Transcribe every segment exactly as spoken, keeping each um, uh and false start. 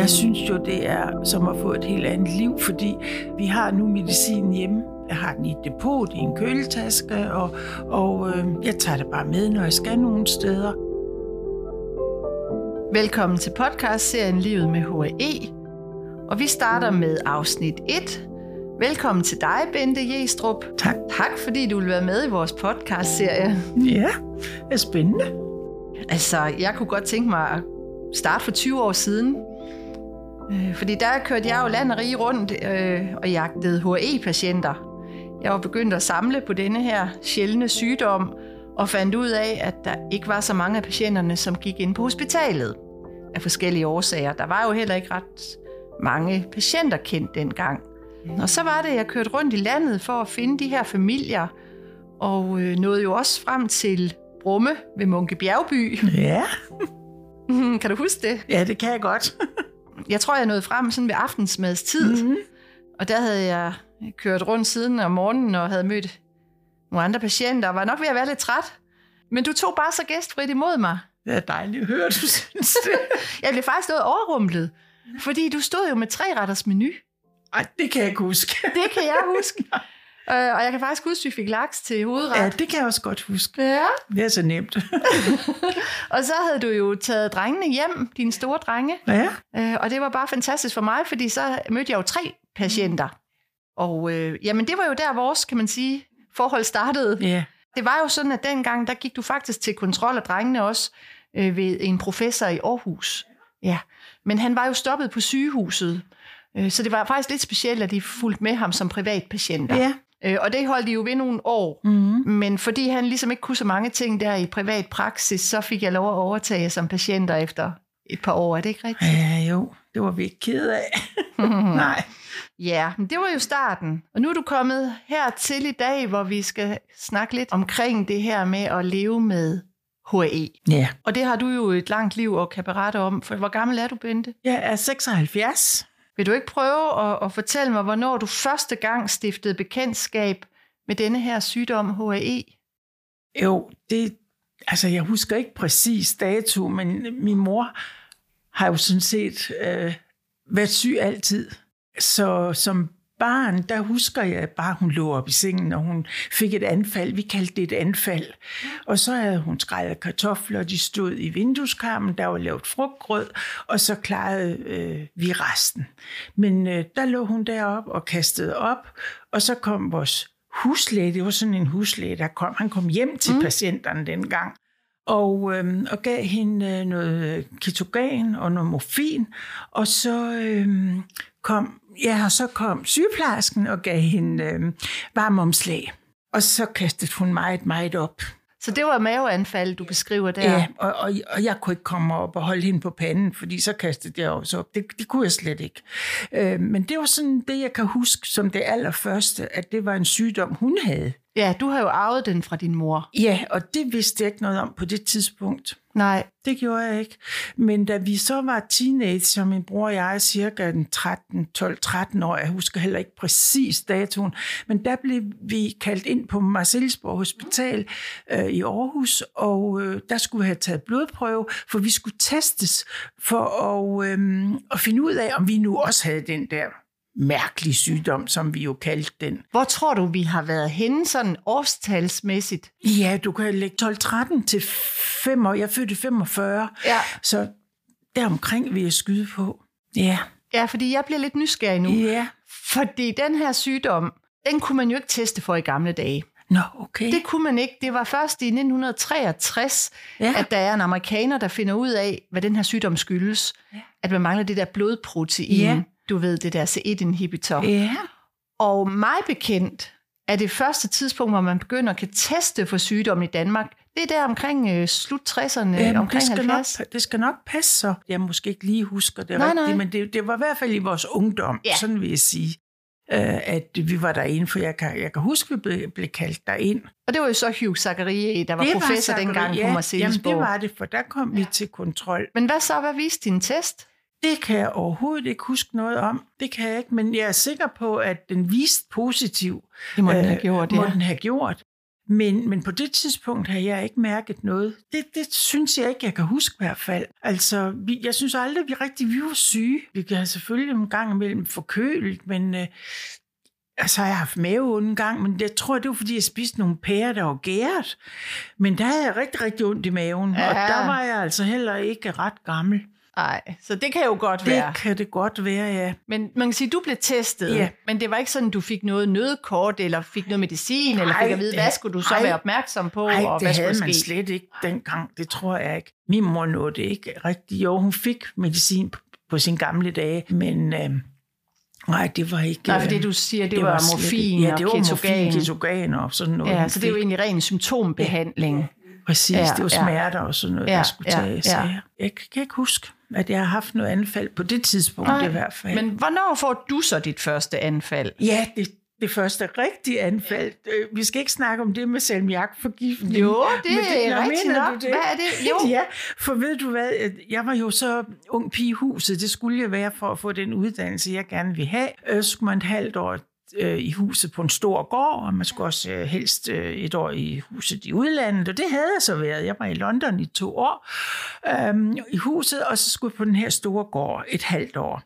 Jeg synes jo, det er som at få et helt andet liv, fordi vi har nu medicin hjemme. Jeg har den i et depot, i en køletaske, og, og øh, jeg tager det bare med, når jeg skal nogle steder. Velkommen til podcastserien Livet med H A E, og vi starter med afsnit et. Velkommen til dig, Bente Jestrup. Tak. Tak, fordi du vil være med i vores podcastserie. Ja, det er spændende. Altså, jeg kunne godt tænke mig at starte for tyve år siden. Fordi der kørte jeg jo land og rige rundt øh, og jagtede H A E-patienter. Jeg var begyndt at samle på denne her sjældne sygdom, og fandt ud af, at der ikke var så mange af patienterne, som gik ind på hospitalet af forskellige årsager. Der var jo heller ikke ret mange patienter kendt dengang. Og så var det, at jeg kørte rundt i landet for at finde de her familier, og øh, nåede jo også frem til Brumme ved Munke Bjergby. Ja. Kan du huske det? Ja, det kan jeg godt. Jeg tror, jeg nåede frem sådan ved aftensmadstid, mm-hmm. og der havde jeg kørt rundt siden om morgenen og havde mødt nogle andre patienter, og var nok ved at være lidt træt. Men du tog bare så gæstfrit imod mig. Det er dejligt at høre, du synes det. Jeg blev faktisk noget overrumplet, fordi du stod jo med tre retters menu. Ej, det kan jeg ikke huske. Det kan jeg huske. Uh, og jeg kan faktisk huske, at vi fik laks til hovedret. Ja, det kan jeg også godt huske. Ja. Det er så nemt. Og så havde du jo taget drengene hjem, dine store drenge. Ja. Uh, og det var bare fantastisk for mig, fordi så mødte jeg jo tre patienter. Og uh, jamen, det var jo der vores, kan man sige, forhold startede. Ja. Det var jo sådan, at dengang, der gik du faktisk til kontrol af drengene også uh, ved en professor i Aarhus. Ja. Men han var jo stoppet på sygehuset. Uh, så det var faktisk lidt specielt, at de fulgte med ham som privatpatienter. Ja. Og det holdt de jo ved nogle år. Mm-hmm. Men fordi han ligesom ikke kunne så mange ting der i privat praksis, så fik jeg lov at overtage som patienter efter et par år. Er det ikke rigtigt? Ja, jo. Det var vi ikke ked af. Nej. Ja, men det var jo starten. Og nu er du kommet hertil i dag, hvor vi skal snakke lidt omkring det her med at leve med H A E. Ja. Og det har du jo et langt liv og kan berette om. For hvor gammel er du, Bente? Jeg er seksoghalvfjerds. Vil du ikke prøve at, at fortælle mig, hvornår du første gang stiftede bekendtskab med denne her sygdom H A E? Jo, det, altså jeg husker ikke præcis dato, men min mor har jo sådan set øh, været syg altid. Så som barn, der husker jeg bare, at hun lå op i sengen, og hun fik et anfald. Vi kaldte det et anfald. Og så havde hun skrejet kartofler, de stod i vindueskarmen, der var lavet frugtgrød, og så klarede øh, vi resten. Men øh, der lå hun deroppe og kastede op, og så kom vores huslæge, det var sådan en huslæge, der kom, han kom hjem til mm. patienterne dengang, og, øh, og gav hende øh, noget ketogen og noget morfin, og så øh, kom Ja, og så kom sygeplejersken og gav hende øh, varmeomslag. Og så kastede hun meget, meget op. Så det var maveanfald, du beskriver der? Ja, og, og, og jeg kunne ikke komme op og holde hende på panden, fordi så kastede jeg også op. Det, det kunne jeg slet ikke. Øh, men det var sådan det, jeg kan huske som det allerførste, at det var en sygdom, hun havde. Ja, du har jo arvet den fra din mor. Ja, og det vidste jeg ikke noget om på det tidspunkt. Nej. Det gjorde jeg ikke. Men da vi så var teenager, min bror og jeg, cirka tretten, tolv, tretten år, jeg husker heller ikke præcis datoen, men der blev vi kaldt ind på Marselisborg Hospital øh, i Aarhus, og øh, der skulle vi have taget blodprøve, for vi skulle testes for at, øh, at finde ud af, om vi nu også havde den der mærkelig sygdom, som vi jo kaldte den. Hvor tror du, vi har været henne sådan årstalsmæssigt? Ja, du kan lægge tolv tretten til fem år. Jeg fødte femogfyrre, ja. Så deromkring vil jeg skyde på. Ja. Ja, fordi jeg bliver lidt nysgerrig nu. Ja. Fordi den her sygdom, den kunne man jo ikke teste for i gamle dage. Nå, okay. Det kunne man ikke. Det var først i nitten treogtres, ja. At der er en amerikaner, der finder ud af, hvad den her sygdom skyldes. Ja. At man mangler det der blodprotein. Ja. Du ved, det der C et inhibitor. Ja. Og mig bekendt er det første tidspunkt, hvor man begynder at kan teste for sygdommen i Danmark. Det er der omkring øh, slut tresserne, ja, omkring det skal halvfjerds. Nok, det skal nok passe så. Jeg måske ikke lige husker det nej, rigtigt, nej. men det, det var i hvert fald i vores ungdom, ja. Sådan vil jeg sige, øh, at vi var derinde, for jeg kan, jeg kan huske, at vi blev, blev kaldt derind. Og det var jo så Hugh Zachariae, der var det professor var dengang ja, på Marselisborg. Jamen det var det, for der kom ja. vi til kontrol. Men hvad så? Hvad viste din test? Det kan jeg overhovedet ikke huske noget om. Det kan jeg ikke, men jeg er sikker på, at den viste positiv. Det må den have gjort, øh, må ja. den have gjort. Men, men på det tidspunkt har jeg ikke mærket noget. Det, det synes jeg ikke, jeg kan huske i hvert fald. Altså, vi, jeg synes aldrig, vi rigtig vi var syge. Vi kan selvfølgelig en gang imellem forkølet, men øh, altså, jeg har haft maveonde en gang, men jeg tror, det var, fordi jeg spiste nogle pærer, der var gæret. Men der havde jeg rigtig, rigtig ondt i maven, ja. Og der var jeg altså heller ikke ret gammel. Nej, så det kan jo godt det være. Det kan det godt være, ja. Men man kan sige, du blev testet, ja. Men det var ikke sådan, du fik noget nødkort, eller fik noget medicin, ej, eller fik at vide, hvad skulle du så ej, være opmærksom på, ej, og hvad skulle det havde ske? man slet ikke dengang, det tror jeg ikke. Min mor nåede det ikke rigtigt. Jo, hun fik medicin på, på sine gamle dage, men øh, nej, det var ikke... Nej, for det du siger, det, det var, var morfin ja, og det var ketogen. morfin, ketogen og sådan noget. Ja, så det er jo egentlig ren symptombehandling. Ja. Præcis, ja, det var smerter ja. Og sådan noget, ja, der skulle tages. Ja, ja. Jeg, jeg kan ikke huske, at jeg har haft noget anfald på det tidspunkt. Nej, i hvert fald. Men hvornår får du så dit første anfald? Ja, det, det første rigtige anfald. Vi skal ikke snakke om det med salmiakforgiftning. Jo, det det, er rigtigt nok. Det? Hvad er det? Jo. Ja, for ved du hvad, jeg var jo så ung pige i huset. Det skulle jeg være for at få den uddannelse, jeg gerne ville have. Så skulle man et halvt år i huset på en stor gård, og man skulle også helst et år i huset i udlandet, og det havde jeg så været. Jeg var i London i to år øhm, i huset, og så skulle jeg på den her store gård et halvt år.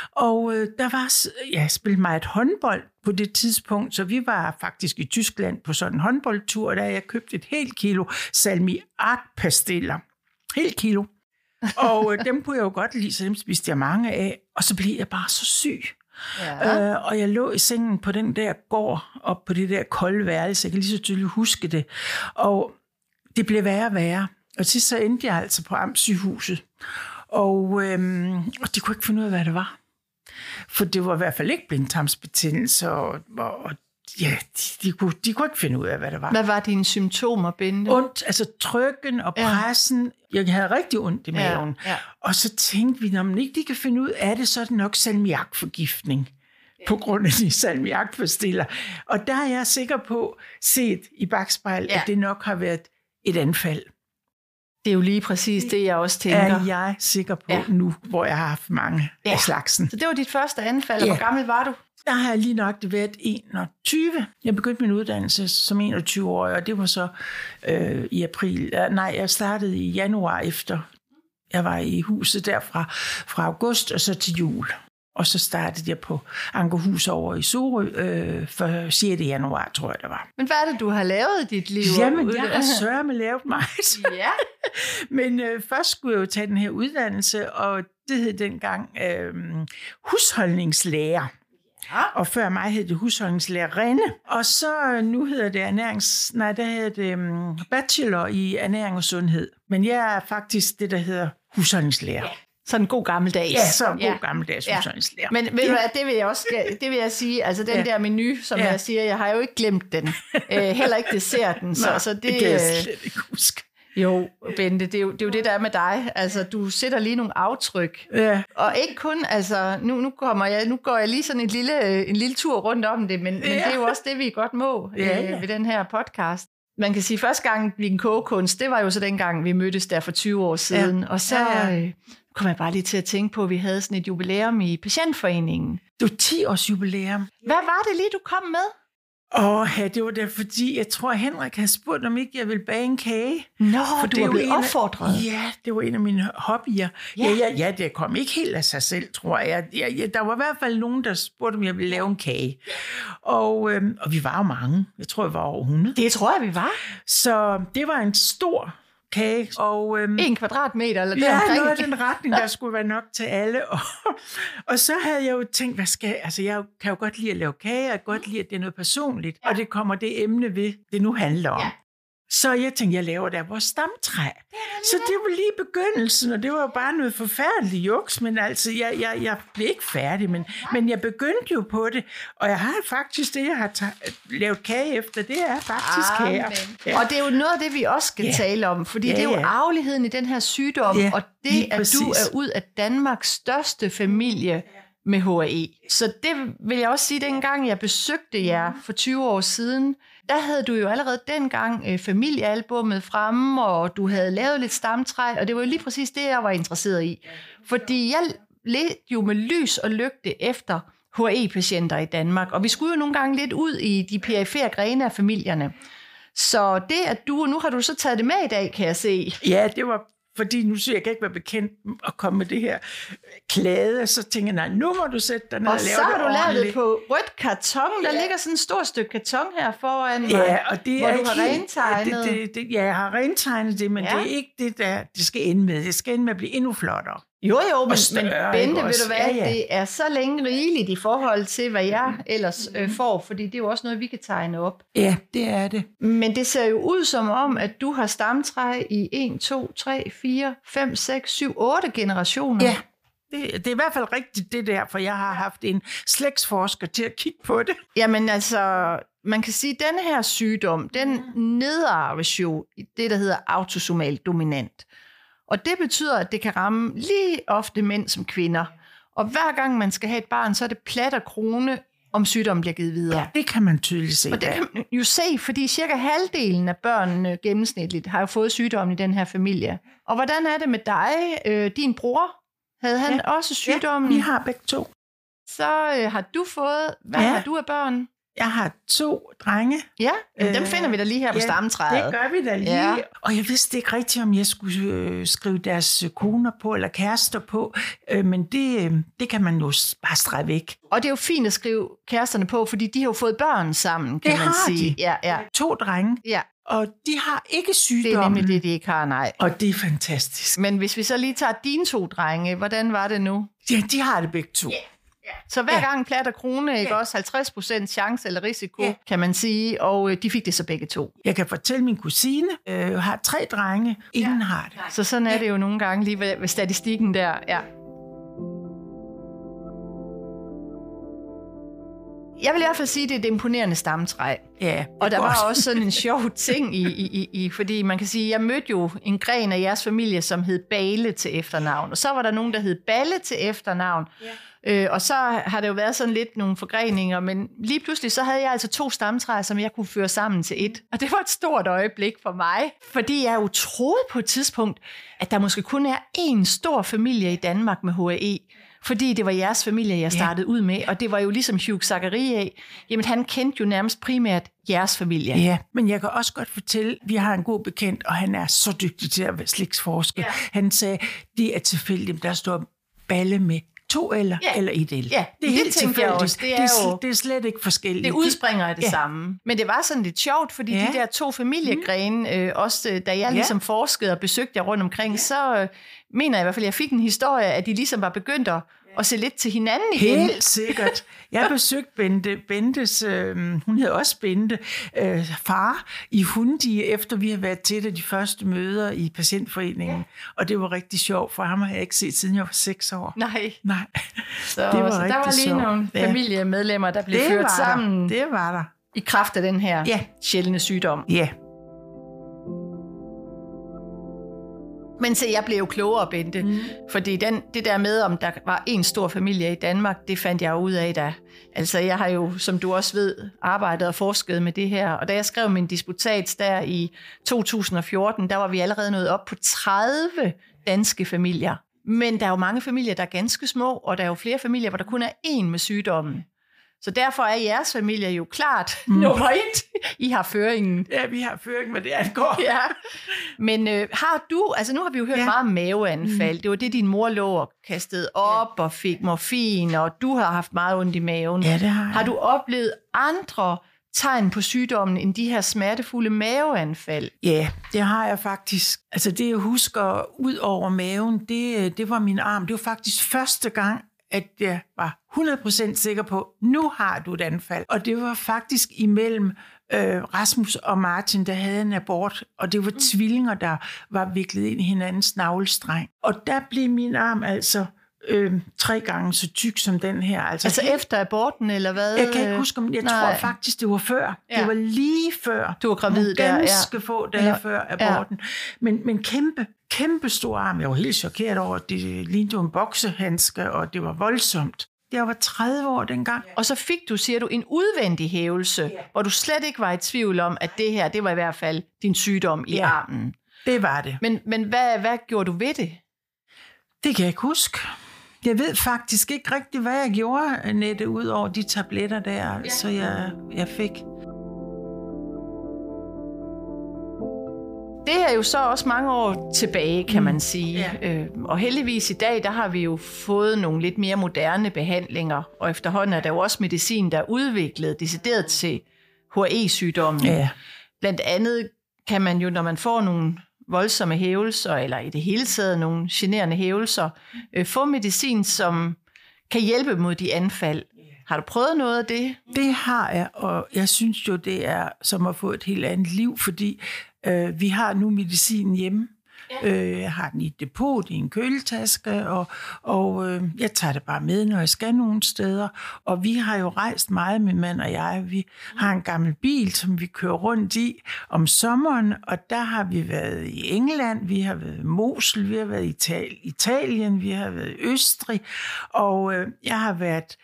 Og øh, der var, ja, jeg spillede mig et håndbold på det tidspunkt, så vi var faktisk i Tyskland på sådan en håndboldtur, og der jeg købte et helt kilo salmiakpastiller. Helt kilo. Og øh, dem kunne jeg jo godt lide, så dem spiste jeg mange af, og så blev jeg bare så syg. Ja. Øh, og jeg lå i sengen på den der gård, op på det der kolde værelse. Jeg kan lige så tydeligt huske det. Og det blev værre og værre. Og til så endte jeg altså på Amtssygehuset. Og, øhm, og de kunne ikke finde ud af, hvad det var. For det var i hvert fald ikke blindtarmsbetændelse, og, og ja, de, de, kunne, de kunne ikke finde ud af, hvad det var. Hvad var dine symptomer, Bente? Ondt, altså trykken og pressen. Ja. Jeg havde rigtig ondt i maven. Ja. Ja. Og så tænkte vi, når man ikke de kan finde ud af det, så er det nok salmiakforgiftning. Ja. På grund af de salmiakpastiller. Og der er jeg sikker på, set i bakspejl, ja. At det nok har været et anfald. Det er jo lige præcis det, jeg også tænker. Er jeg sikker på ja. Nu, hvor jeg har haft mange ja. Af slagsen. Så det var dit første anfald, og ja. Hvor gammel var du? Der har jeg lige nok været enogtyve. Jeg begyndte min uddannelse som enogtyve-årig, og det var så øh, i april. Nej, jeg startede i januar efter. Jeg var i huset derfra fra august og så til jul. Og så startede jeg på Ankerhus over i Sorø øh, for sjette januar, tror jeg, det var. Men hvad er det, du har lavet i dit liv? Jamen, jeg har sørme lavet meget. Ja. Men øh, først skulle jeg jo tage den her uddannelse, og det hed dengang øh, husholdningslærer. Ja. Og før mig hed det husholdningslærerinde. Og så nu hedder det ernærings... Nej, der hedder det um, bachelor i ernæring og sundhed. Men jeg er faktisk det, der hedder husholdningslærer. Ja. Sådan en god gammeldags. Ja, så en god ja. gammeldags ja. husholdningslærer. Men ved du hvad, det vil jeg også det vil jeg sige, altså den ja. Der menu, som ja. Jeg siger, jeg har jo ikke glemt den. Æ, heller ikke desserten. Så, Nå, så det, det kan jeg slet ikke huske. Jo, Bente, det er jo, det er jo det, der er med dig. Altså, du sætter lige nogle aftryk. Ja. Og ikke kun, altså, nu, nu, kommer jeg, nu går jeg lige sådan en lille, en lille tur rundt om det, men, ja. Men det er jo også det, vi godt må ja, ja. Øh, ved den her podcast. Man kan sige, at første gang vi en kogekunst, det var jo så dengang, vi mødtes der for tyve år siden. Ja. Og så ja. øh, kom jeg bare lige til at tænke på, at vi havde sådan et jubilæum i Patientforeningen. Det var ti års jubilæum. Hvad var det lige, du kom med? Åh, ja, det var da, fordi jeg tror, Henrik havde spurgt, om ikke jeg ville bage en kage. Nå, for du var blevet opfordret. Ja, det var en af mine hobbyer. Ja. Ja, ja, ja, det kom ikke helt af sig selv, tror jeg. Ja, ja, der var i hvert fald nogen, der spurgte, om jeg ville lave en kage. Og, øhm, og vi var jo mange. Jeg tror, vi var over hundrede. Det tror jeg, vi var. Så det var en stor kage. Og, øhm, en kvadratmeter eller ja, deromkring. Noget af den retning, der skulle være nok til alle. Og, og så havde jeg jo tænkt, hvad skal jeg? Altså, jeg kan jo godt lide at lave kage, og jeg kan godt lide, at det er noget personligt. Ja. Og det kommer det emne ved, det nu handler om. Ja. Så jeg tænkte, jeg laver der vores stamtræ. Så det var lige begyndelsen, og det var jo bare noget forfærdeligt juks, men altså, jeg, jeg, jeg blev ikke færdig, men, men jeg begyndte jo på det, og jeg har faktisk det, jeg har ta- lavet kage efter, det er faktisk kager. Ja. Og det er jo noget af det, vi også skal ja. Tale om, fordi ja, det er jo ja. Arveligheden i den her sygdom, ja, og det, at præcis. Du er ud af Danmarks største familie med H A E. Så det vil jeg også sige, dengang jeg besøgte jer for tyve år siden, der havde du jo allerede dengang øh, familiealbummet fremme, og du havde lavet lidt stamtræ, og det var jo lige præcis det, jeg var interesseret i. Fordi jeg ledte jo med lys og lygte efter H A E-patienter i Danmark, og vi skulle jo nogle gange lidt ud i de perifere grene af familierne. Så det, at du, nu har du så taget det med i dag, kan jeg se. Ja, det var fordi nu siger jeg, jeg kan ikke være bekendt at komme med det her klade, så tænker jeg, nej, nu må du sætte dig ned og, og lave så har det du lavet ordentligt. det på rødt karton. Der Ja. ligger sådan et stort stykke karton her foran mig, Ja, og det hvor er du har helt- rentegnet. Det, det, det, ja, jeg har rentegnet det, men Ja. ja. det er ikke det, der det skal ende med. Det skal ende med at blive endnu flottere. Jo, jo, men, større, men ikke Bente, ved også? du hvad, Ja, ja. det er så længe rigeligt i forhold til, hvad jeg ellers øh, får, fordi det er jo også noget, vi kan tegne op. Ja, det er det. Men det ser jo ud som om, at du har stamtræ i en, to, tre, fire, fem, seks, syv, otte generationer. Ja, det, det er i hvert fald rigtigt det der, for jeg har haft en slægtsforsker til at kigge på det. Jamen altså, man kan sige, at denne her sygdom, den nedarves jo i det, der hedder autosomal dominant. Og det betyder, at det kan ramme lige ofte mænd som kvinder. Og hver gang man skal have et barn, så er det plat og krone, om sygdommen bliver givet videre. Ja, det kan man tydeligt se. Og det kan man jo se, fordi cirka halvdelen af børnene gennemsnitligt har jo fået sygdommen i den her familie. Og hvordan er det med dig? Øh, din bror, havde han ja. også sygdommen? Ja, vi har begge to. Så øh, har du fået, hvad ja. har du af børn? Jeg har to drenge. Ja, men dem Øh, finder vi da lige her på ja, stamtræet. Det gør vi da lige. Ja. Og jeg vidste ikke rigtigt, om jeg skulle øh, skrive deres koner på, eller kærester på. Øh, men det, øh, det kan man jo bare strege væk. Og det er jo fint at skrive kæresterne på, fordi de har jo fået børn sammen, kan Det man har sige. de. Ja, ja. To drenge, Ja, og de har ikke det er sygdommen. nemlig det, de ikke har, nej. Og det er fantastisk. Men hvis vi så lige tager dine to drenge, hvordan var det nu? Ja, de har det begge to. Yeah. Så hver Ja. gang plat og krone, ikke Ja. også halvtreds procent chance eller risiko, Ja. kan man sige, og øh, de fik det så begge to. Jeg kan fortælle, min kusine øh, har tre drenge. Ingen ja. har det. Så sådan er det jo nogle gange lige ved, ved statistikken der, ja. Jeg vil i hvert fald sige, at det er et imponerende stamtræ. Ja, Og der godt. var også sådan en sjov ting i, i, i, i, fordi man kan sige, jeg mødte jo en gren af jeres familie, som hed Bale til efternavn, og så var der nogen, der hed Balle til efternavn, ja. øh, og så har det jo været sådan lidt nogle forgreninger, men lige pludselig så havde jeg altså to stamtræer, som jeg kunne føre sammen til et, og det var et stort øjeblik for mig, fordi jeg jo troede på et tidspunkt, at der måske kun er én stor familie i Danmark med H A E, fordi det var jeres familie, jeg startede ja. ud med, og det var jo ligesom Hugh Zachariah, jamen han kendte jo nærmest primært jeres familie. Ja, men jeg kan også godt fortælle, at vi har en god bekendt, og han er så dygtig til at være slægtsforsker. Ja. Han sagde, det er tilfældigt, der står Balle med to eller Ja. eller et el. Ja, det er det helt tænkte jeg tilfældigt. også. Det er det, er, jo- sl- det er slet ikke forskelligt. Det udspringer af det Ja. ja. samme. Men det var sådan lidt sjovt, fordi Ja. de der to familiegrene, øh, også øh, da jeg Ja. ligesom forskede og besøgte jer rundt omkring, ja. så øh, mener jeg i hvert fald, at jeg fik en historie, at de ligesom var begyndt at, at se lidt til hinanden igen. Helt sikkert. Jeg besøgte Bente, Bentes, øh, hun hed også Bente, øh, far i Hundi, efter vi har været til et af de første møder i patientforeningen. Ja. Og det var rigtig sjovt, for ham har jeg ikke set, siden jeg var seks år. Nej, Nej, så, det var så der rigtig var lige sjovt. nogle Ja. familiemedlemmer, der blev det ført var sammen der. Det var der. i kraft af den her Ja. sjældne sygdom. Ja. Men se, jeg blev jo klogere, Bente, mm. fordi den, det der med, om der var en stor familie i Danmark, det fandt jeg jo ud af da. Altså, jeg har jo, som du også ved, arbejdet og forsket med det her, og da jeg skrev min disputats der i to tusind og fjorten, der var vi allerede nået op på tredive danske familier. Men der er jo mange familier, der er ganske små, og der er jo flere familier, hvor der kun er én med sygdommen. Så derfor er jeres familie jo klart mm. nummer et. I har føringen. Ja, vi har føring, hvad det angår. Ja. Men øh, har du, altså nu har vi jo hørt Ja. meget om maveanfald. Mm. Det var det, din mor lå og kastede op ja. og fik morfin, og du har haft meget ondt i maven. Ja, det har jeg. Har du oplevet andre tegn på sygdommen end de her smertefulde maveanfald? Ja, det har jeg faktisk. Altså det, jeg husker ud over maven, det, det var min arm. Det var faktisk første gang, at jeg var hundrede procent sikker på, nu har du et anfald. Og det var faktisk imellem øh, Rasmus og Martin, der havde en abort, og det var mm. tvillinger, der var viklet ind i hinandens navlestreng. Og der blev min arm altså øh, tre gange så tyk som den her. Altså, Altså efter aborten, eller hvad? jeg kan ikke huske, om jeg Nej. tror faktisk, det var før. Ja. Det var lige før. Du var gravid der, ja. Ganske få dage Ja. før aborten. Men, men kæmpe, kæmpe stor arm. Jeg var helt chokeret over, at det lignede en boksehandske, og det var voldsomt. Jeg var tredive år dengang. Og så fik du, siger du, en udvendig hævelse, ja. hvor du slet ikke var i tvivl om, at det her, det var i hvert fald din sygdom i Ja. armen. Det var det. Men, men hvad, hvad gjorde du ved det? Det kan jeg ikke huske. Jeg ved faktisk ikke rigtig, hvad jeg gjorde, Nette, ud over de tabletter der, ja. så jeg, jeg fik. det er jo så også mange år tilbage, kan man sige. Ja. Øh, og heldigvis i dag, der har vi jo fået nogle lidt mere moderne behandlinger, og efterhånden er der jo også medicin, der er udviklet decideret til H I V-sygdommen. Ja. Blandt andet kan man jo, når man får nogle voldsomme hævelser, eller i det hele taget nogle generende hævelser, øh, få medicin, som kan hjælpe mod de anfald. Har du prøvet noget af det? Det har jeg, og jeg synes jo, det er som at få et helt andet liv, fordi øh, vi har nu medicin hjemme. Ja. Øh, jeg har den i et depot, i en køletaske, og, og øh, jeg tager det bare med, når jeg skal nogle steder. Og vi har jo rejst meget, min mand og jeg. Vi har en gammel bil, som vi kører rundt i om sommeren, og der har vi været i England, vi har været i Mosel, vi har været i Ital- Italien, vi har været i Østrig, og øh, jeg har været...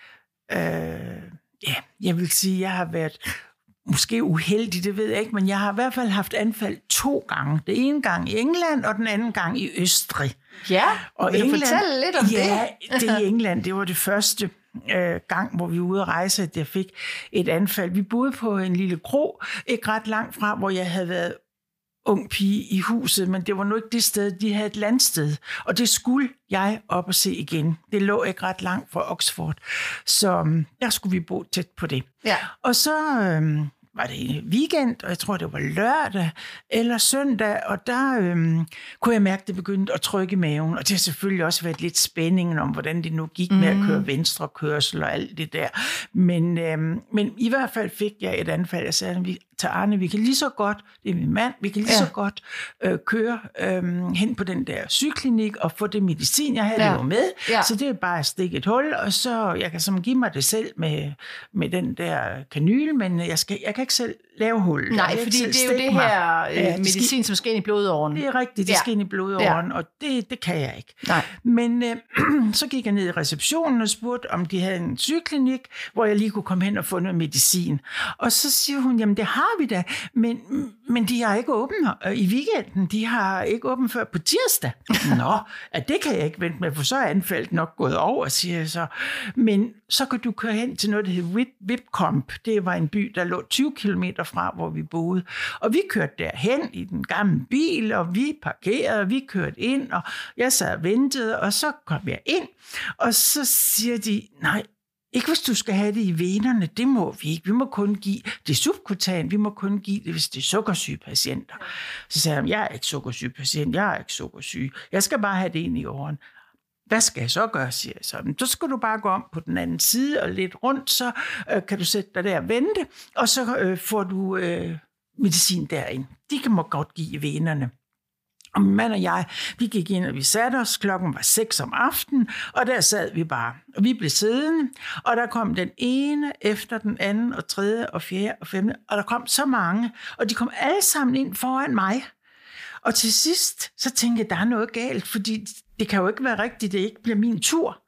Øh, ja, jeg vil sige, jeg har været måske uheldig, det ved jeg ikke, men jeg har i hvert fald haft anfald to gange. Det ene gang i England, og den anden gang i Østrig. Ja, og vil England, du fortælle lidt om ja, det? det i England, det var det første øh, gang, hvor vi var ude at rejse, at jeg fik et anfald. Vi boede på en lille kro, ikke ret langt fra, hvor jeg havde været ung pige i huset, men det var nu ikke det sted, de havde et landsted, og det skulle jeg op og se igen. Det lå ikke ret langt fra Oxford, så der skulle vi bo tæt på det. Ja. Og så øhm, var det en weekend, og jeg tror, det var lørdag eller søndag, og der øhm, kunne jeg mærke, at det begyndte at trykke i maven, og det har selvfølgelig også været lidt spændingen om, hvordan det nu gik med mm. at køre venstre kørsel og alt det der. Men, øhm, men i hvert fald fik jeg et anfald. Jeg sagde vi, til Arne, vi kan lige så godt, det er min mand, vi kan lige ja. så godt øh, køre øh, hen på den der sygeklinik og få det medicin, jeg havde ja. jo med. Ja. Så det er bare at stikke et hul, og så jeg kan som give mig det selv med, med den der kanyle, men jeg, skal, jeg kan ikke selv lave hul. Nej, fordi det er jo det her øh, ja, medicin, skal, som skal ind i blodåren. Det er rigtigt, det ja. skal ind i blodåren, ja. og det, det kan jeg ikke. Nej. Men øh, så gik jeg ned i receptionen og spurgte, om de havde en sygeklinik, hvor jeg lige kunne komme hen og få noget medicin. Og så siger hun, jamen det har vi da, men, men de har ikke åbent i weekenden. De har ikke åbent før på tirsdag. Nå, at det kan jeg ikke vente med, for så er anfaldet nok gået over, siger jeg så. Men så kan du køre hen til noget, der hedder Whitcomb. Det var en by, der lå tyve kilometer fra, hvor vi boede. Og vi kørte derhen i den gamle bil, og vi parkerede, og vi kørte ind, og jeg sad og ventede, og så kom jeg ind, og så siger de, nej, ikke hvis du skal have det i venerne, det må vi ikke. Vi må kun give det subkutan, vi må kun give det, hvis det er sukkersyge patienter. Så sagde jeg, jeg er ikke sukkersyge patient, jeg er ikke sukkersyge. Jeg skal bare have det ind i åren. Hvad skal jeg så gøre, siger jeg så. Så skal du bare gå om på den anden side og lidt rundt, så øh, kan du sætte dig der og vente, og så øh, får du øh, medicin derind. De kan må godt give i venerne. Og min mand og jeg, vi gik ind, og vi satte os. Klokken var seks om aftenen, og der sad vi bare. Og vi blev siddende, og der kom den ene efter den anden, og tredje, og fjerde, og femte, og der kom så mange, og de kom alle sammen ind foran mig. Og til sidst, så tænkte jeg, der er noget galt, fordi det kan jo ikke være rigtigt, det ikke bliver min tur.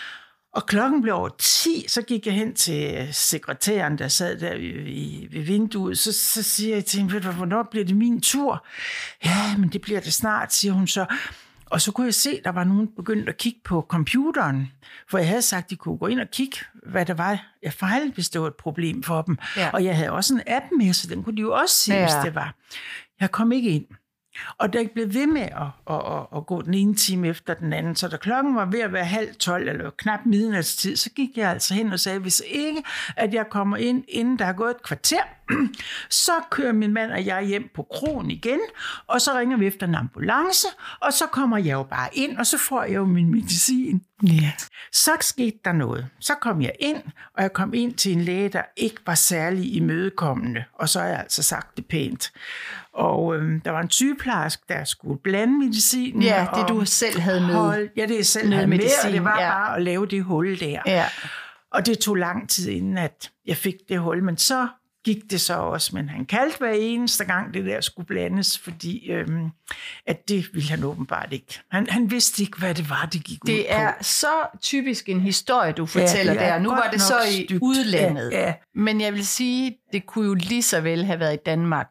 Og klokken blev over ti, så gik jeg hen til sekretæren, der sad der ved, ved vinduet. Så, så siger jeg til hende, hvornår bliver det min tur? Ja, men det bliver det snart, siger hun så. Og så kunne jeg se, at der var nogen begyndt at kigge på computeren. For jeg havde sagt, at de kunne gå ind og kigge, hvad der var. Jeg fejlede, hvis det var et problem for dem. Ja. Og jeg havde også en app med, så den kunne de jo også se, ja. hvis det var. Jeg kom ikke ind. Og der blev ved med at, at, at, at gå den ene time efter den anden. Så da klokken var ved at være halv tolv, eller knap midnatstid, så gik jeg altså hen og sagde, hvis ikke, at jeg kommer ind, inden der er gået et kvarter, så kører min mand og jeg hjem på kroen igen, og så ringer vi efter en ambulance, og så kommer jeg jo bare ind, og så får jeg jo min medicin. Ja. Så skete der noget. Så kom jeg ind, og jeg kom ind til en læge, der ikke var særlig imødekommende, og så har jeg altså sagt det pænt. Og øhm, der var en sygeplejerske, der skulle blande medicinen. Ja, det du selv havde med. Hold, ja, det jeg selv havde med, og det var ja. bare at lave det hul der. Ja. Og det tog lang tid, inden at jeg fik det hul, men så gik det så også, men han kaldte hver eneste gang, det der skulle blandes, fordi øhm, at det ville han åbenbart ikke. Han, han vidste ikke, hvad det var, det gik ud på. Det er så typisk en historie, du fortæller ja, der. Nu var det så i stygt. udlandet. Ja, ja. Men jeg vil sige, det kunne jo lige så vel have været i Danmark.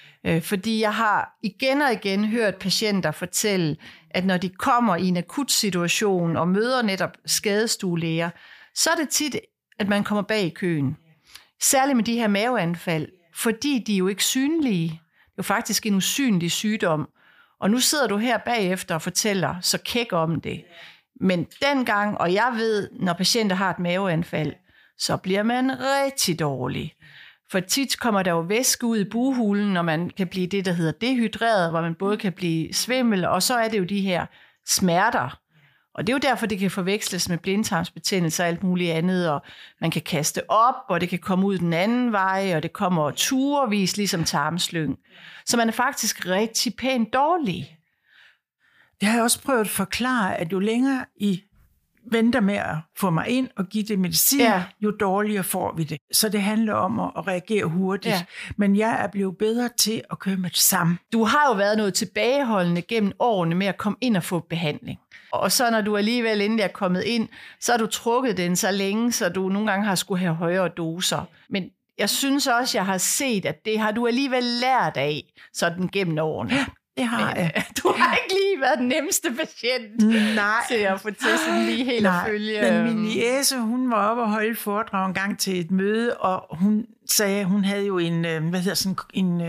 Fordi jeg har igen og igen hørt patienter fortælle, at når de kommer i en akut situation og møder netop skadestuelæger, så er det tit, at man kommer bag i køen. Særligt med de her maveanfald, fordi de er jo ikke synlige. jo faktisk en usynlig sygdom. Og nu sidder du her bagefter og fortæller så kæk om det. Men dengang, og jeg ved, når patienter har et maveanfald, så bliver man rigtig dårlig. For tit kommer der jo væske ud i bughulen, når man kan blive det, der hedder dehydreret, hvor man både kan blive svimmel, og så er det jo de her smerter. Og det er jo derfor, det kan forveksles med blindtarmsbetændelse og alt muligt andet, og man kan kaste op, og det kan komme ud den anden vej, og det kommer turevis, ligesom tarmslyng. Så man er faktisk rigtig pænt dårlig. Det har jeg også prøvet at forklare, at jo længere I venter med at få mig ind og give det medicin, ja. jo dårligere får vi det. Så det handler om at reagere hurtigt. Ja. Men jeg er blevet bedre til at køre med det samme. Du har jo været noget tilbageholdende gennem årene med at komme ind og få behandling. Og så når du alligevel endelig er kommet ind, så har du trukket den så længe, så du nogle gange har skulle have højere doser. Men jeg synes også, jeg har set, at det har du alligevel lært af, sådan gennem årene. Ja. Det har jeg. Du har ikke lige været den nemmeste patient Nej. til at få testen lige helt Nej. at følge. Men min niece, hun var oppe og holde foredrag en gang til et møde, og hun sagde, hun havde jo en, hvad hedder sådan en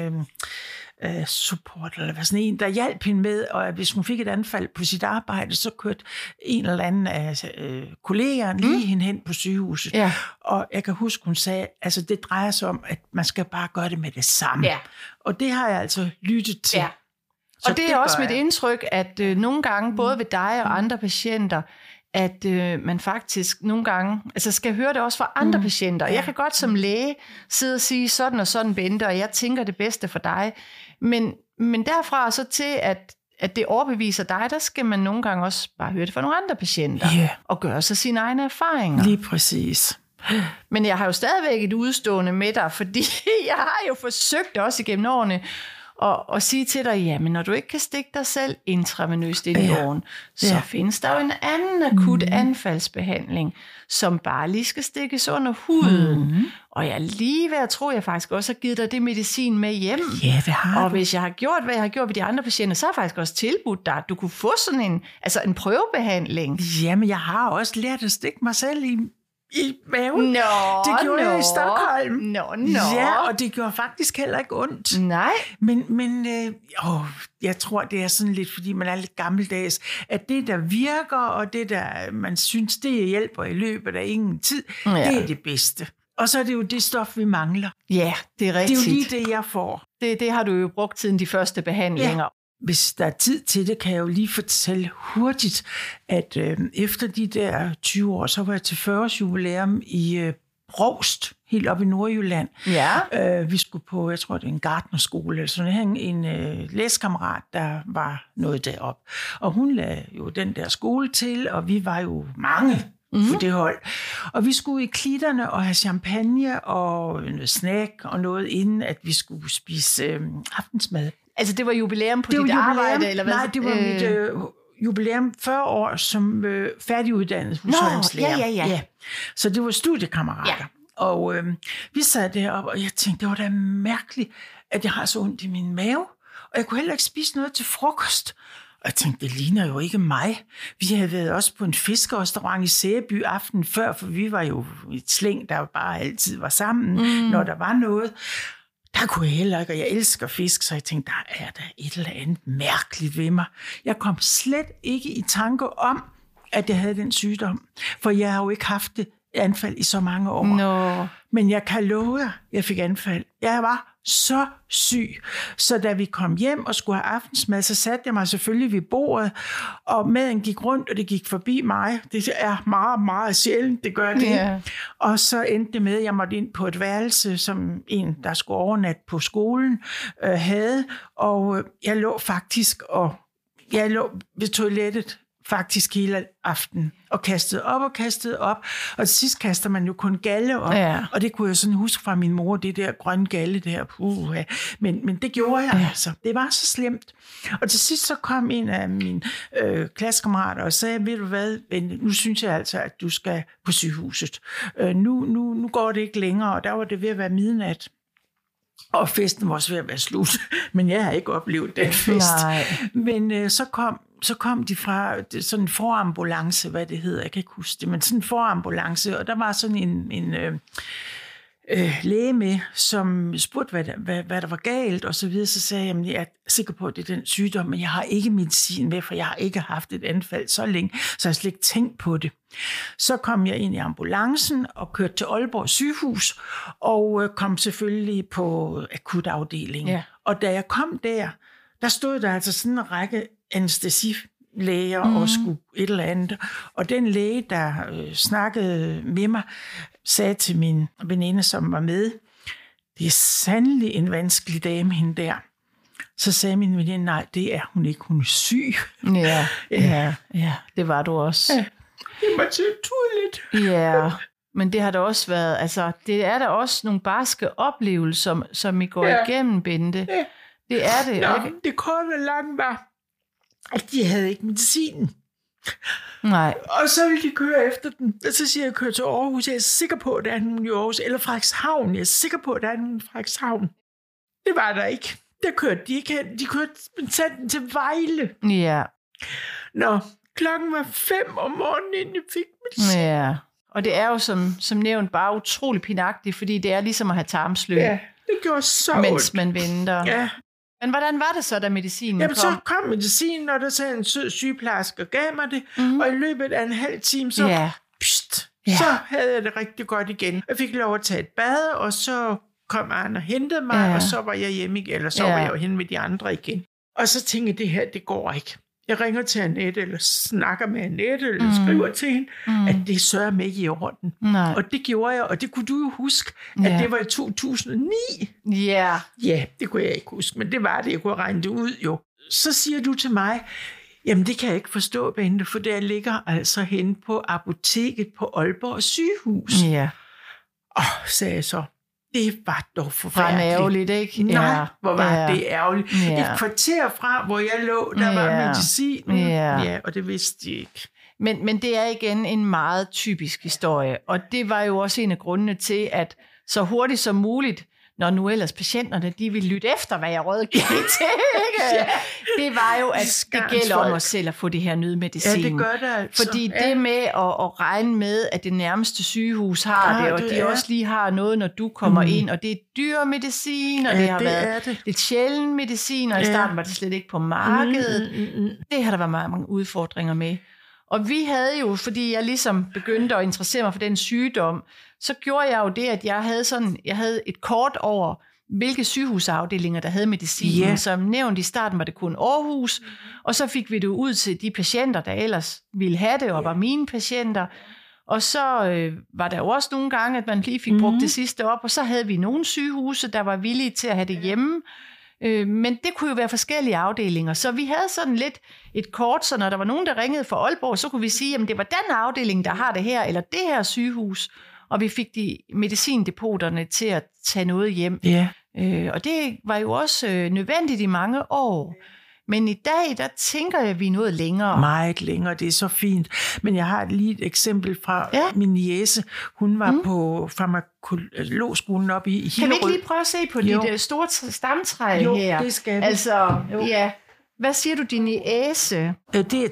uh, support, eller hvad sådan en, der hjalp hende med, og hvis hun fik et anfald på sit arbejde, så kørte en eller anden af uh, kollegerne lige mm. hende hen på sygehuset. Ja. Og jeg kan huske, hun sagde, altså det drejer sig om, at man skal bare gøre det med det samme. Ja. Og det har jeg altså lyttet til. Ja. Og det er det også mit indtryk, at øh, nogle gange, både ved dig og andre patienter, at øh, man faktisk nogle gange, altså skal høre det også fra andre mm. patienter. Jeg kan godt som læge sidde og sige sådan og sådan, Bente, og jeg tænker det bedste for dig. Men, men derfra så til, at, at det overbeviser dig, der skal man nogle gange også bare høre det fra nogle andre patienter. Yeah. Og gøre sig sine egne erfaringer. Lige præcis. Men jeg har jo stadigvæk et udstående med dig, fordi jeg har jo forsøgt også igennem årene, Og, og sige til dig, jamen når du ikke kan stikke dig selv intravenøst ind i ja. åren, så ja. findes der jo en anden akut mm. anfaldsbehandling, som bare lige skal stikkes under huden. Mm. Og jeg er lige ved at tro, at jeg faktisk også har givet dig det medicin med hjem. Ja, det har Og du. hvis jeg har gjort, hvad jeg har gjort ved de andre patienter, så har jeg faktisk også tilbudt dig, at du kunne få sådan en, altså en prøvebehandling. Jamen, jeg har også lært at stikke mig selv i i maven. Nå, det gjorde nå. jeg i Stockholm. Nå, nå. Ja, og det gjorde faktisk heller ikke ondt. Nej. Men, men øh, åh, jeg tror, det er sådan lidt, fordi man er lidt gammeldags, at det, der virker, og det, der man synes, det hjælper i løbet af ingen tid, ja. det er det bedste. Og så er det jo det stof, vi mangler. Ja, det er rigtigt. Det er jo lige det, jeg får. Det, det har du jo brugt siden de første behandlinger. Ja. Hvis der er tid til det, kan jeg jo lige fortælle hurtigt, at øh, efter de der tyve år, så var jeg til fyrre års jubilæum i øh, Brovst, helt oppe i Nordjylland. Ja. Øh, vi skulle på, jeg tror, det er en gartnerskole, eller sådan en, en øh, læskammerat, der var noget deroppe. Og hun lagde jo den der skole til, og vi var jo mange mm. for det hold. Og vi skulle i klitterne og have champagne og noget snack og noget, inden at vi skulle spise øh, aftensmad. Altså, det var jubilæum på det dit jubilæum. arbejde, eller hvad? Nej, det var øh... mit øh, jubilæum fyrre år som øh, færdiguddannet husholdningslærer. Ja, ja, ja, ja. Så det var studiekammerater. Ja. Og øh, vi sad deroppe, og jeg tænkte, det var da mærkeligt, at jeg har så ondt i min mave. Og jeg kunne heller ikke spise noget til frokost. Og jeg tænkte, det ligner jo ikke mig. Vi havde været også på en fiskerestaurant i Sæby aften før, for vi var jo et slæng, der bare altid var sammen, mm. når der var noget. Der kunne jeg heller ikke, og jeg elsker fisk, så jeg tænkte, der er der et eller andet mærkeligt ved mig. Jeg kom slet ikke i tanke om, at jeg havde den sygdom, for jeg har jo ikke haft det anfald i så mange år. No. Men jeg kan love jer, jeg fik anfald. Jeg var så syg. Så da vi kom hjem og skulle have aftensmad, så satte jeg mig selvfølgelig ved bordet, og maden gik rundt, og det gik forbi mig. Det er meget, meget sjældent, det gør det. Yeah. Og så endte det med, at jeg måtte ind på et værelse, som en, der skulle overnatte på skolen, øh, havde. Og jeg lå faktisk, og jeg lå ved toilettet, faktisk hele aften, og kastede op og kastede op. Og til sidst kaster man jo kun galle op. Ja. Og det kunne jeg sådan huske fra min mor, det der grønne galle der. Puh, ja. men, men det gjorde jeg ja. altså. Det var så slemt. Og til sidst så kom en af mine øh, klassekammerater og sagde, ved du hvad, nu synes jeg altså, at du skal på sygehuset. Øh, nu, nu, nu går det ikke længere, og der var det ved at være midnat. Og festen var også ved at være slut, men jeg har ikke oplevet den fest. Nej. Men øh, så kom så kom de fra sådan en forambulance, hvad det hedder, jeg kan ikke huske det, men sådan en forambulance, og der var sådan en, en, øh, øh, læge med, som spurgte, hvad der, hvad, hvad der var galt, og så videre. Så sagde jeg, at jeg er sikker på, at det er den sygdom, men jeg har ikke medicin med, for jeg har ikke haft et anfald så længe, så jeg har slet ikke tænkt på det. Så kom jeg ind i ambulancen og kørte til Aalborg sygehus, og øh, kom selvfølgelig på akutafdelingen. Ja. Og da jeg kom der, der stod der altså sådan en række anæstesilæger mm. og skulle et eller andet. Og den læge, der øh, snakkede med mig, sagde til min veninde, som var med, det er sandelig en vanskelig dame, hende der. Så sagde min veninde, nej, det er hun ikke, hun er syg. Ja, ja, ja, det var du også. Ja, det var så tydeligt. Ja, men det har da også været, altså, det er der også nogle barske oplevelser, som, som I går ja. igennem, Bente. Ja. Det er det. Nå, det korte og lange var, at de havde ikke medicinen. Nej. Og så ville de køre efter den. Og så siger jeg, at jeg kører til Aarhus. Jeg er sikker på, at der er nogen i Aarhus. Eller Frederikshavn. Jeg er sikker på, at der er nogen i Frederikshavn. Det var der ikke. Der kørte de ikke hen. De kørte den til Vejle. Ja. Nå, klokken var fem om morgenen, inden jeg fik medicin. Ja. Og det er jo som, som nævnt bare utrolig pinagtigt, fordi det er ligesom at have tarmslyng. Ja, det gjorde så mens ondt. Man venter. Ja. Men hvordan var det så, da medicinen Jamen, kom? så kom medicinen, og der sagde en sød sygeplejerske og gav mig det. Mm. Og i løbet af en halv time, så, ja. pst, Ja. så havde jeg det rigtig godt igen. Jeg fik lov at tage et bad, og så kom Arne og hentede mig, ja. og så var jeg hjemme igen, eller så ja. var jeg jo henne med de andre igen. Og så tænkte jeg, det her, det går ikke. Jeg ringer til Annette, eller snakker med Annette, eller mm. skriver til hende, mm. at det sørger mig ikke i orden. Nej. Og det gjorde jeg, og det kunne du jo huske, at ja. det var i to tusind og ni. Ja. Ja, det kunne jeg ikke huske, men det var det, jeg kunne regne det ud jo. Så siger du til mig, jamen det kan jeg ikke forstå, Bente, for der ligger altså henne på apoteket på Aalborg sygehus. Ja. Åh, sagde jeg så. Det var dog forfærdeligt. Var ærgerligt, ikke? Nej, ja. hvor var ja. det ærgerligt. Ja. Et kvarter fra, hvor jeg lå, der ja. var medicin. Ja. ja, og det vidste de ikke. Men, men det er igen en meget typisk historie, og det var jo også en af grundene til, at så hurtigt som muligt, når nu ellers patienterne, de ville lytte efter, hvad jeg rådgav til, ikke? Ja. Det var jo, at det gælder om os selv at få det her nødmedicin. Ja, det gør det altså. Fordi ja. det med at, at regne med, at det nærmeste sygehus har ja, det, og det de er. også lige har noget, når du kommer mm. ind, og det er dyr medicin, og ja, det har det været det. lidt sjælden medicin, og ja. i starten var det slet ikke på markedet. Mm, mm, mm. Det har der været mange, mange udfordringer med. Og vi havde jo, fordi jeg ligesom begyndte at interessere mig for den sygdom, så gjorde jeg jo det, at jeg havde sådan, jeg havde et kort over, hvilke sygehusafdelinger, der havde medicin. Yeah. Som nævnt i starten var det kun Aarhus, og så fik vi det ud til de patienter, der ellers ville have det, og var mine patienter. Og så øh, var der jo også nogle gange, at man lige fik brugt mm. det sidste op, og så havde vi nogle sygehuse, der var villige til at have det hjemme. Øh, men det kunne jo være forskellige afdelinger, så vi havde sådan lidt et kort, så når der var nogen, der ringede fra Aalborg, så kunne vi sige, at det var den afdeling, der har det her, eller det her sygehus, og vi fik de medicindepoterne til at tage noget hjem. Yeah. Øh, og det var jo også øh, nødvendigt i mange år. Men i dag, der tænker jeg, at vi er noget længere. Meget længere, det er så fint. Men jeg har lige et eksempel fra ja. min niece. Hun var mm. på farmakologskolen oppe i Hillerød. Kan vi ikke lige prøve at se på jo. dit store stamtræ jo, her? Jo, det skal vi. Altså, ja. Hvad siger du, din niece? Det er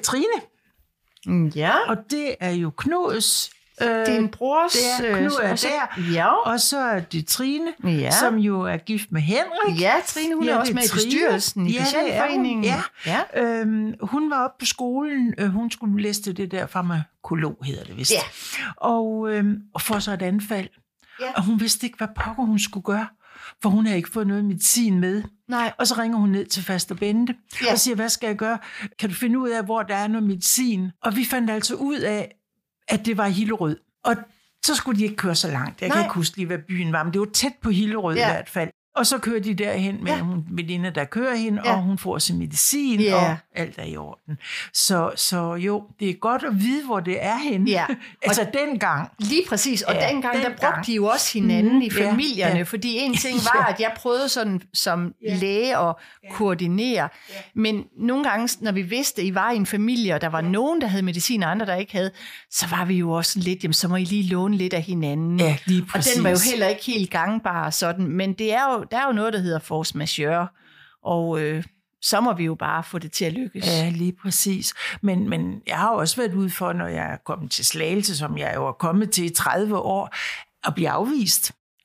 Trine. Ja. Og det er jo Knuds. Din brors... Det er Knud er der. Ja. Og så er det Trine, ja. som jo er gift med Henrik. Ja, Trine, hun ja, er også med Trine. i bestyrelsen i ja, Patientforeningen. Ja, ja. Øhm, hun var oppe på skolen. Hun skulle læse det der farmakolog, hedder det vist. Ja. Og, øhm, og får så et anfald. Ja. Og hun vidste ikke, hvad pokker hun skulle gøre. For hun havde ikke fået noget medicin med. Nej. Og så ringer hun ned til faster Bente ja. og siger, hvad skal jeg gøre? Kan du finde ud af, hvor der er noget medicin? Og vi fandt altså ud af, at det var i Hillerød. Og så skulle de ikke køre så langt. Jeg Nej. kan ikke huske lige, hvad byen var, men det var tæt på Hillerød ja. i hvert fald. Og så kører de derhen med ja. en veninde, der kører hende, ja. og hun får sin medicin, ja. og alt er i orden. Så, så jo, det er godt at vide, hvor det er henne. Ja. altså og dengang. Lige præcis, og ja, dengang, den der brugte gang. de jo også hinanden mm, i familierne, ja. fordi en ting var, at jeg prøvede sådan som ja. læge at ja. koordinere, ja. men nogle gange, når vi vidste, at I var i en familie, og der var ja. nogen, der havde medicin, og andre, der ikke havde, så var vi jo også lidt, jamen, så må I lige låne lidt af hinanden. Ja, lige præcis. Og den var jo heller ikke helt gangbar sådan, men det er jo der er jo noget, der hedder force majeure, og øh, så må vi jo bare få det til at lykkes. Ja, lige præcis. Men, men jeg har også været ude for, når jeg er kommet til Slagelse, som jeg jo er kommet til i tredive år, at blive afvist.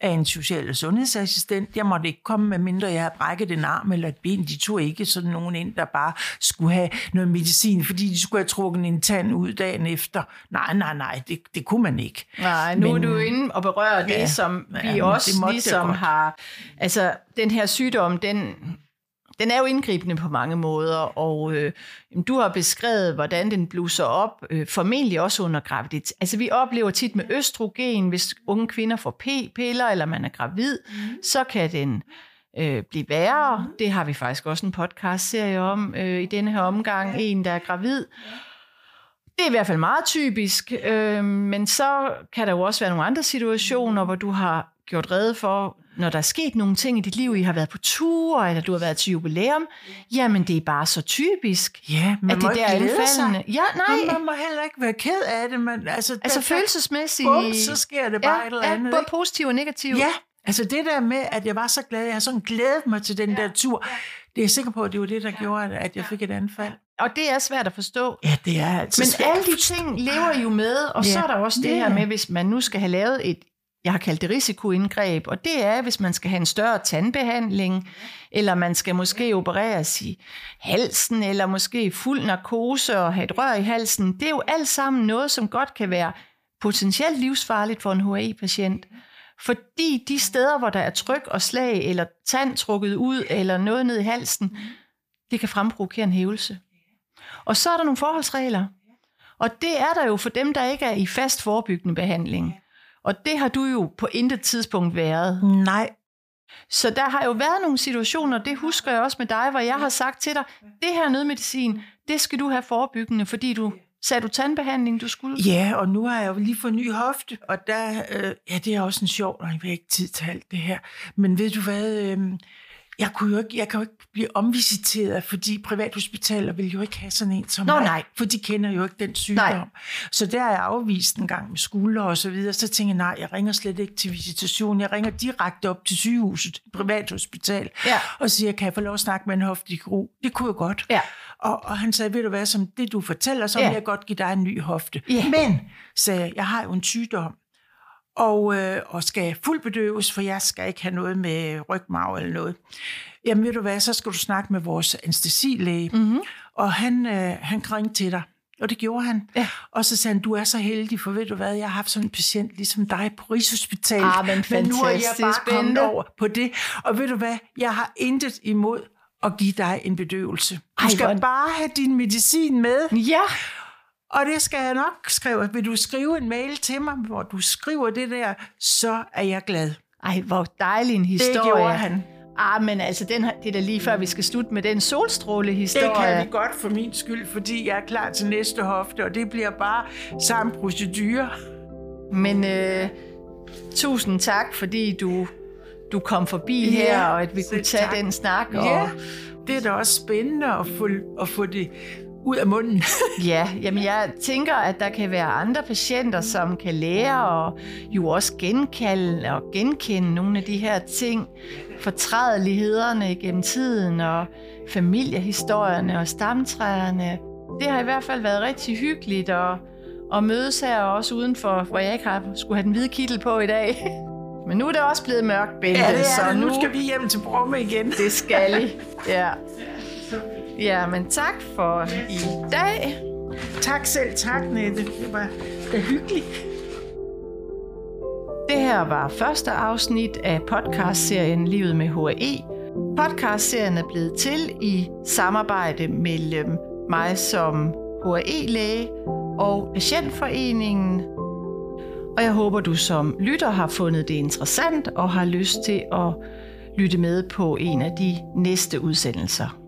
af en social- og sundhedsassistent. Jeg måtte ikke komme, med mindre jeg havde brækket en arm eller et ben. De tog ikke sådan nogen ind, der bare skulle have noget medicin, fordi de skulle have trukket en tand ud dagen efter. Nej, nej, nej, det, det kunne man ikke. Nej, nu Men, er du inde og berører det, ja, som vi ja, også ligesom har... Altså, den her sygdom, den... Den er jo indgribende på mange måder, og øh, du har beskrevet, hvordan den blusser op, øh, formentlig også under graviditet. Altså vi oplever tit med østrogen, hvis unge kvinder får p-piller, eller man er gravid, mm. så kan den øh, blive værre. Det har vi faktisk også en podcast-serie om øh, i denne her omgang, en der er gravid. Det er i hvert fald meget typisk, øh, men så kan der jo også være nogle andre situationer, hvor du har gjort rede for, når der er sket nogle ting i dit liv, I har været på tur, eller du har været til jubilæum, jamen det er bare så typisk, ja, man at må det der er anfaldende. Ja, nej. Men man må heller ikke være ked af det. Man, altså altså der, følelsesmæssigt. Bum, så sker det bare ja, et eller ja, andet. Både positivt og negativt. Ja, altså det der med, at jeg var så glad, jeg har sådan glædet mig til den ja. der tur, det er jeg sikker på, at det var det, der gjorde, at jeg fik et anfald. Og det er svært at forstå. Ja, det er altså Men svært. alle de ting lever jo med, og ja. så er der også det ja. her med, hvis man nu skal have lavet et, jeg har kaldt det risikoindgreb, og det er, hvis man skal have en større tandbehandling, eller man skal måske opereres i halsen, eller måske fuld narkose og have et rør i halsen. Det er jo alt sammen noget, som godt kan være potentielt livsfarligt for en H I A-patient. Fordi de steder, hvor der er tryk og slag, eller tand trukket ud, eller noget ned i halsen, det kan fremprovokere en hævelse. Og så er der nogle forholdsregler. Og det er der jo for dem, der ikke er i fast forebyggende behandling. Og det har du jo på intet tidspunkt været. Nej. Så der har jo været nogle situationer, det husker jeg også med dig, hvor jeg har sagt til dig, det her nødmedicin, det skal du have forebyggende, fordi du sagde du tandbehandling, du skulle? Ja, og nu har jeg jo lige fået en ny hofte, og der, øh, ja, det er også en sjov, og jeg har ikke tid til alt det her. Men ved du hvad, øh, jeg, kunne jo ikke, jeg kan jo ikke blive omvisiteret, fordi privathospitaler vil jo ikke have sådan en som Nå, mig, nej. for de kender jo ikke den sygdom. Nej. Så der er jeg afvist en gang med skulder og så videre, så tænker jeg, nej, jeg ringer slet ikke til visitation, jeg ringer direkte op til sygehuset, privathospital, ja. og siger, kan jeg få lov at snakke med en hoftekirurg? Det kunne jeg godt. Ja. Og, og han sagde, ved du hvad, som det du fortæller, så vil ja. jeg godt give dig en ny hofte. Ja. Men, sagde jeg, jeg har jo en sygdom, og, øh, og skal fuldt bedøves, for jeg skal ikke have noget med rygmarv eller noget. Jamen ved du hvad, så skal du snakke med vores anæstesilæge, mm-hmm. og han, øh, han ringte til dig. Og det gjorde han. Ja. Og så sagde han, du er så heldig, for ved du hvad, jeg har haft sådan en patient ligesom dig på Rigshospitalet. Ah, men, men nu er jeg bare kommet over på det. Og ved du hvad, jeg har intet imod at give dig en bedøvelse. Du skal Ej, bare have din medicin med. Ja. Og det skal jeg nok skrive. Vil du skrive en mail til mig, hvor du skriver det der, så er jeg glad. Ej, hvor dejlig en historie. Det gjorde han. Ah, men altså, den, det er da lige før, vi skal slutte med den solstrålehistorie. Det kan vi godt for min skyld, fordi jeg er klar til næste hofte, og det bliver bare samme procedure. Men øh, tusind tak, fordi du, du kom forbi ja, her, og at vi kunne tage tak. den snak. Og... Ja, det er da også spændende at få, at få det ud af munden. Ja, jamen jeg tænker, at der kan være andre patienter, som kan lære og jo også genkalde og genkende nogle af de her ting, fortrædelighederne gennem tiden og familiehistorierne og stamtræerne. Det har i hvert fald været rigtig hyggeligt at, at mødes her også udenfor, hvor jeg ikke har skulle have den hvide kittel på i dag. Men nu er det også blevet mørkt, Bente. Ja, det er så det. Nu, nu skal vi hjem til Bromme igen. Det skal I, ja. Ja, men tak for i dag. Tak selv, tak Nette. Det var da hyggeligt. Det her var første afsnit af podcastserien Livet med H I A. Podcastserien er blevet til i samarbejde mellem mig som H I A-læge og Patientforeningen. Og jeg håber, du som lytter har fundet det interessant og har lyst til at lytte med på en af de næste udsendelser.